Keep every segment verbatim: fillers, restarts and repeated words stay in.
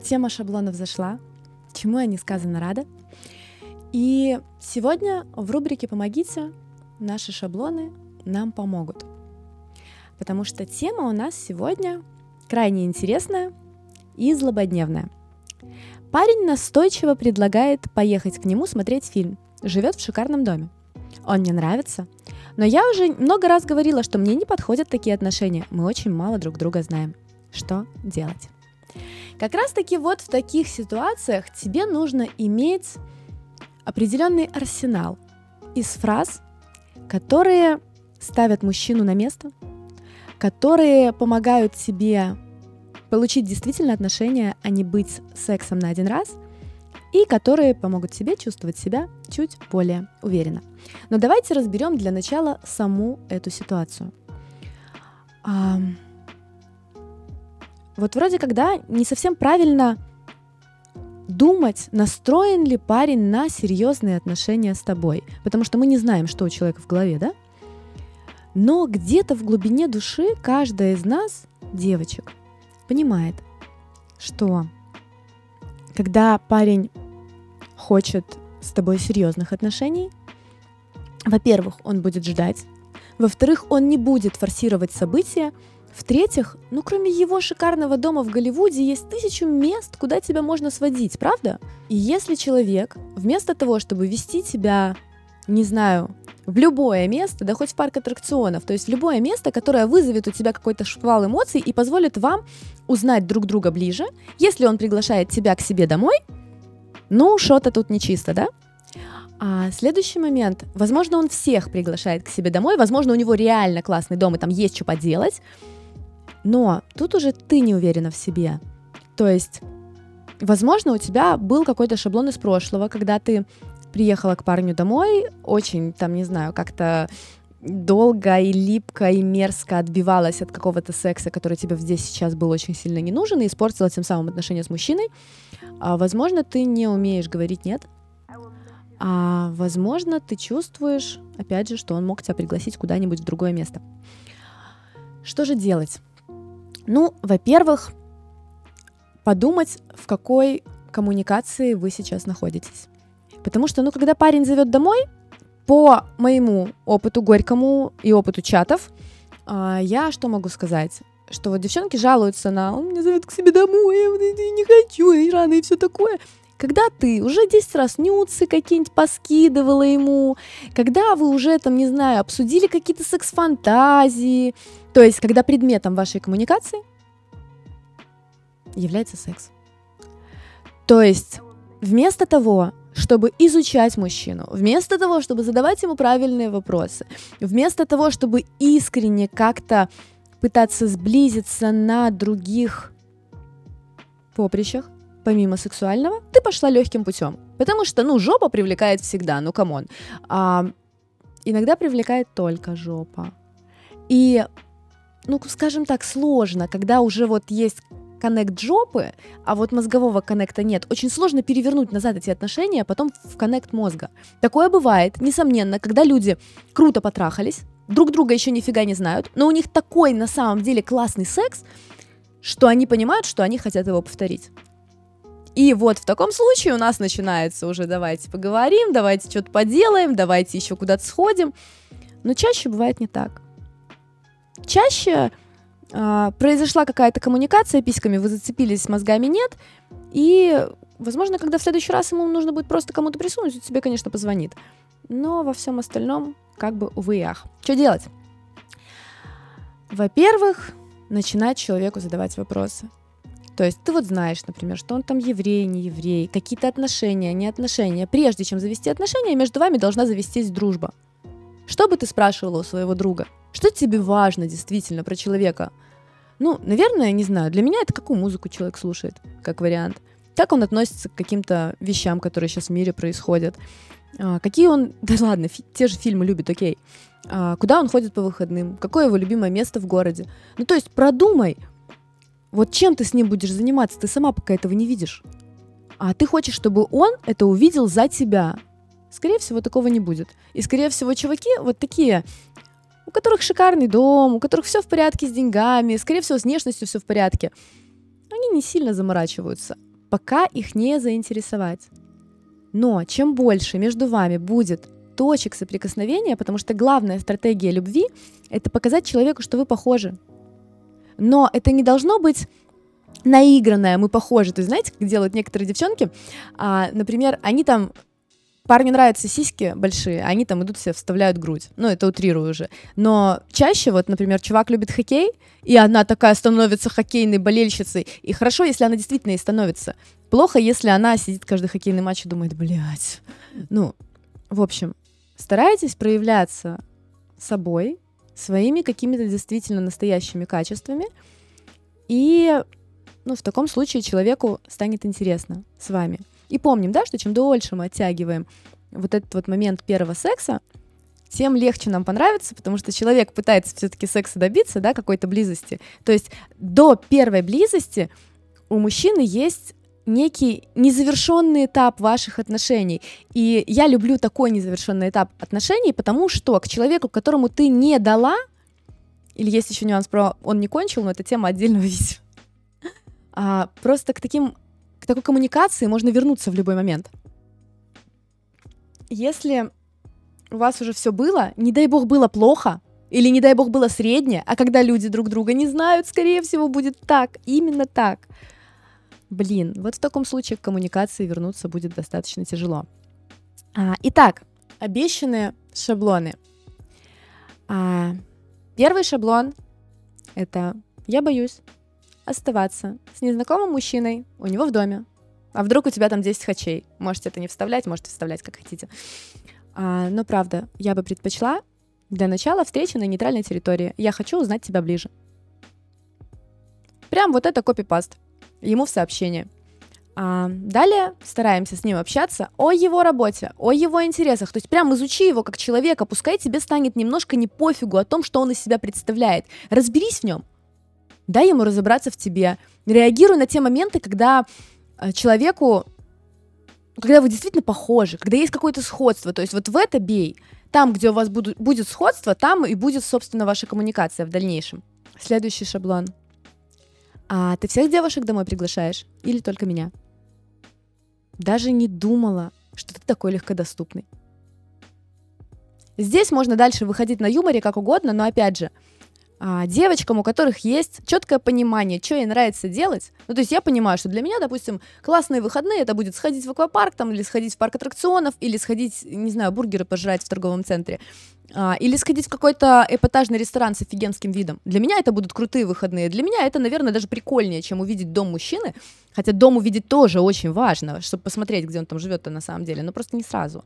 Тема шаблонов зашла, чему я несказанно рада. И сегодня в рубрике «Помогите» наши шаблоны нам помогут. Потому что тема у нас сегодня крайне интересная и злободневная. Парень настойчиво предлагает поехать к нему смотреть фильм. Живет в шикарном доме. Он мне нравится, но я уже много раз говорила, что мне не подходят такие отношения. Мы очень мало друг друга знаем. Что делать? Как раз-таки вот в таких ситуациях тебе нужно иметь определенный арсенал из фраз, которые ставят мужчину на место, которые помогают тебе получить действительно отношения, а не быть сексом на один раз, и которые помогут тебе чувствовать себя чуть более уверенно. Но давайте разберем для начала саму эту ситуацию. А, вот вроде когда не совсем правильно думать, настроен ли парень на серьезные отношения с тобой, потому что мы не знаем, что у человека в голове, да? Но где-то в глубине души каждая из нас, девочек, понимает, что когда парень хочет с тобой серьезных отношений, во-первых, он будет ждать, во-вторых, он не будет форсировать события, в-третьих, ну кроме его шикарного дома в Голливуде есть тысячу мест, куда тебя можно сводить, правда? И если человек вместо того, чтобы вести тебя, не знаю, в любое место, да хоть в парк аттракционов, то есть в любое место, которое вызовет у тебя какой-то шквал эмоций и позволит вам узнать друг друга ближе, если он приглашает тебя к себе домой, ну, что-то тут нечисто, да? А следующий момент, возможно, он всех приглашает к себе домой, возможно, у него реально классный дом, и там есть что поделать, но тут уже ты не уверена в себе. То есть, возможно, у тебя был какой-то шаблон из прошлого, когда ты приехала к парню домой, очень, там, не знаю, как-то долго и липко и мерзко отбивалась от какого-то секса, который тебе здесь сейчас был очень сильно не нужен, и испортила тем самым отношения с мужчиной. А, возможно, ты не умеешь говорить «нет», а, возможно, ты чувствуешь, опять же, что он мог тебя пригласить куда-нибудь в другое место. Что же делать? Ну, во-первых, подумать, в какой коммуникации вы сейчас находитесь. Потому что, ну, когда парень зовет домой, по моему опыту горькому и опыту чатов, я что могу сказать? Что вот девчонки жалуются на «он меня зовет к себе домой, я не хочу, и рано, и все такое». Когда ты уже десять раз нюцы какие-нибудь поскидывала ему, когда вы уже, там, не знаю, обсудили какие-то секс-фантазии, то есть когда предметом вашей коммуникации является секс. То есть вместо того, чтобы изучать мужчину, вместо того, чтобы задавать ему правильные вопросы, вместо того, чтобы искренне как-то пытаться сблизиться на других поприщах, помимо сексуального, ты пошла легким путем. Потому что, ну, жопа привлекает всегда, ну, камон. А иногда привлекает только жопа. И, ну, скажем так, сложно, когда уже вот есть коннект жопы, а вот мозгового коннекта нет. Очень сложно перевернуть назад эти отношения, а потом в коннект мозга. Такое бывает, несомненно, когда люди круто потрахались, друг друга еще нифига не знают, но у них такой на самом деле классный секс, что они понимают, что они хотят его повторить. И вот в таком случае у нас начинается уже давайте поговорим, давайте что-то поделаем, давайте еще куда-то сходим. Но чаще бывает не так. Чаще э, произошла какая-то коммуникация письками, вы зацепились, мозгами нет, и, возможно, когда в следующий раз ему нужно будет просто кому-то присунуть, он тебе, конечно, позвонит. Но во всем остальном как бы увы и ах. Что делать? Во-первых, начинать человеку задавать вопросы. То есть ты вот знаешь, например, что он там еврей, не еврей, какие-то отношения, не отношения. Прежде чем завести отношения, между вами должна завестись дружба. Что бы ты спрашивала у своего друга? Что тебе важно действительно про человека? Ну, наверное, не знаю, для меня это какую музыку человек слушает, как вариант. Как он относится к каким-то вещам, которые сейчас в мире происходят. А, какие он, да ладно, фи- те же фильмы любит, окей. А, куда он ходит по выходным? Какое его любимое место в городе? Ну, то есть продумай, вот чем ты с ним будешь заниматься, ты сама пока этого не видишь. А ты хочешь, чтобы он это увидел за тебя. Скорее всего, такого не будет. И, скорее всего, чуваки вот такие, у которых шикарный дом, у которых все в порядке с деньгами, скорее всего, с внешностью все в порядке, они не сильно заморачиваются. пока их не заинтересовать. Но чем больше между вами будет точек соприкосновения, потому что главная стратегия любви — это показать человеку, что вы похожи. Но это не должно быть наигранное «мы похожи». То есть знаете, как делают некоторые девчонки? А, например, они там... Парню нравятся сиськи большие, а они там идут себе вставляют грудь. Ну, это утрирую уже. Но чаще, вот, например, чувак любит хоккей, и она такая становится хоккейной болельщицей. И хорошо, если она действительно и становится. Плохо, если она сидит каждый хоккейный матч и думает, блядь. Ну, в общем, старайтесь проявляться собой, своими какими-то действительно настоящими качествами, и, ну, в таком случае человеку станет интересно с вами. И помним, да, что чем дольше мы оттягиваем вот этот вот момент первого секса, тем легче нам понравится, потому что человек пытается все-таки секса добиться, да, какой-то близости. То есть до первой близости у мужчины есть некий незавершенный этап ваших отношений. И я люблю такой незавершенный этап отношений, потому что к человеку, которому ты не дала, или есть еще нюанс про он не кончил, но это тема отдельного видео, а, просто к таким к такой коммуникации можно вернуться в любой момент. Если у вас уже все было, не дай бог было плохо, или не дай бог было среднее, а когда люди друг друга не знают, скорее всего, будет так, именно так. Блин, вот в таком случае к коммуникации вернуться будет достаточно тяжело. А, итак, обещанные шаблоны. А, первый шаблон — это «я боюсь оставаться с незнакомым мужчиной у него в доме. А вдруг у тебя там десять хачей? Можете это не вставлять, можете вставлять, как хотите. А, но правда, я бы предпочла для начала встречи на нейтральной территории. Я хочу узнать тебя ближе. Прям вот это копипаст ему в сообщение. А далее стараемся с ним общаться о его работе, о его интересах. То есть прям изучи его как человека, пускай тебе станет немножко не пофигу о том, что он из себя представляет. Разберись в нем. Дай ему разобраться в тебе. Реагируй на те моменты, когда человеку, когда вы действительно похожи, когда есть какое-то сходство. То есть вот в это бей. Там, где у вас будут, будет сходство, там и будет, собственно, ваша коммуникация в дальнейшем. Следующий шаблон. А ты всех девушек домой приглашаешь? Или только меня? Даже не думала, что ты такой легкодоступный. Здесь можно дальше выходить на юморе как угодно, но опять же, девочкам, у которых есть четкое понимание, что ей нравится делать. Ну, то есть я понимаю, что для меня, допустим, классные выходные — это будет сходить в аквапарк, там, или сходить в парк аттракционов, или сходить, не знаю, бургеры пожрать в торговом центре, а, или сходить в какой-то эпатажный ресторан с офигенским видом. Для меня это будут крутые выходные. Для меня это, наверное, даже прикольнее, чем увидеть дом мужчины, хотя дом увидеть тоже очень важно, чтобы посмотреть, где он там живет-то на самом деле, но просто не сразу.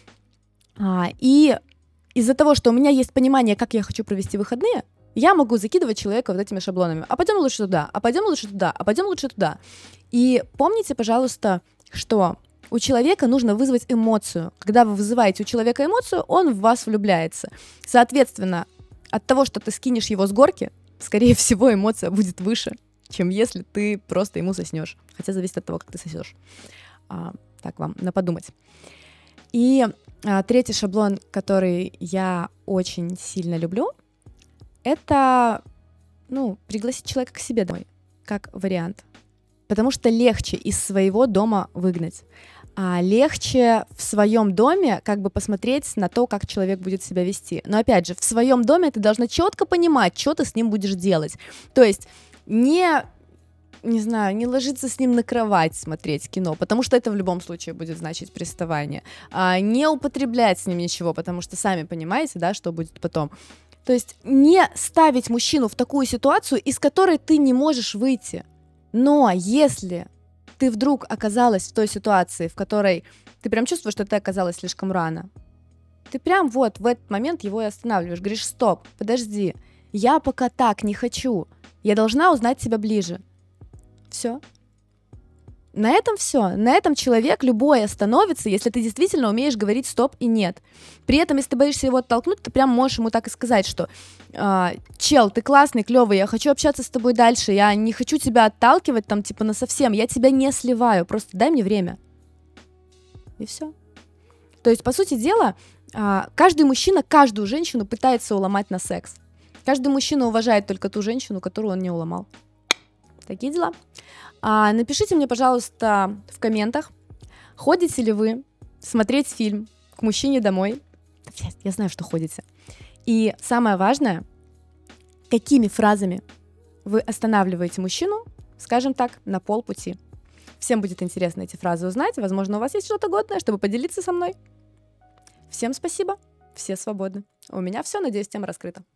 А, и из-за того, что у меня есть понимание, как я хочу провести выходные, я могу закидывать человека вот этими шаблонами. А пойдем лучше туда, а пойдем лучше туда, а пойдем лучше туда. И помните, пожалуйста, что у человека нужно вызвать эмоцию. Когда вы вызываете у человека эмоцию, он в вас влюбляется. Соответственно, от того, что ты скинешь его с горки, скорее всего, эмоция будет выше, чем если ты просто ему соснешь. Хотя зависит от того, как ты сосешь. А, так вам на подумать. И а, третий шаблон, который я очень сильно люблю, это, ну, пригласить человека к себе домой, как вариант. Потому что легче из своего дома выгнать. А легче в своем доме как бы посмотреть на то, как человек будет себя вести. Но опять же, в своем доме ты должна четко понимать, что ты с ним будешь делать. То есть не, не знаю, не ложиться с ним на кровать смотреть кино, потому что это в любом случае будет значить приставание. А не употреблять с ним ничего, потому что сами понимаете, да, что будет потом. То есть не ставить мужчину в такую ситуацию, из которой ты не можешь выйти. Но если ты вдруг оказалась в той ситуации, в которой ты прям чувствуешь, что ты оказалась слишком рано, ты прям вот в этот момент его и останавливаешь. Говоришь: стоп, подожди, я пока так не хочу. Я должна узнать тебя ближе. Все. На этом все. На этом человек любой остановится, если ты действительно умеешь говорить стоп и нет. При этом, если ты боишься его оттолкнуть, ты прям можешь ему так и сказать, что э, чел, ты классный, клевый, я хочу общаться с тобой дальше, я не хочу тебя отталкивать там типа насовсем, я тебя не сливаю, просто дай мне время. И все. То есть, по сути дела, э, каждый мужчина каждую женщину пытается уломать на секс. Каждый мужчина уважает только ту женщину, которую он не уломал. Такие дела. А, напишите мне, пожалуйста, в комментах, ходите ли вы смотреть фильм «К мужчине домой». Я, я знаю, что ходите. И самое важное, какими фразами вы останавливаете мужчину, скажем так, на полпути. Всем будет интересно эти фразы узнать. Возможно, у вас есть что-то годное, чтобы поделиться со мной. Всем спасибо. Все свободны. У меня все. Надеюсь, тема раскрыта.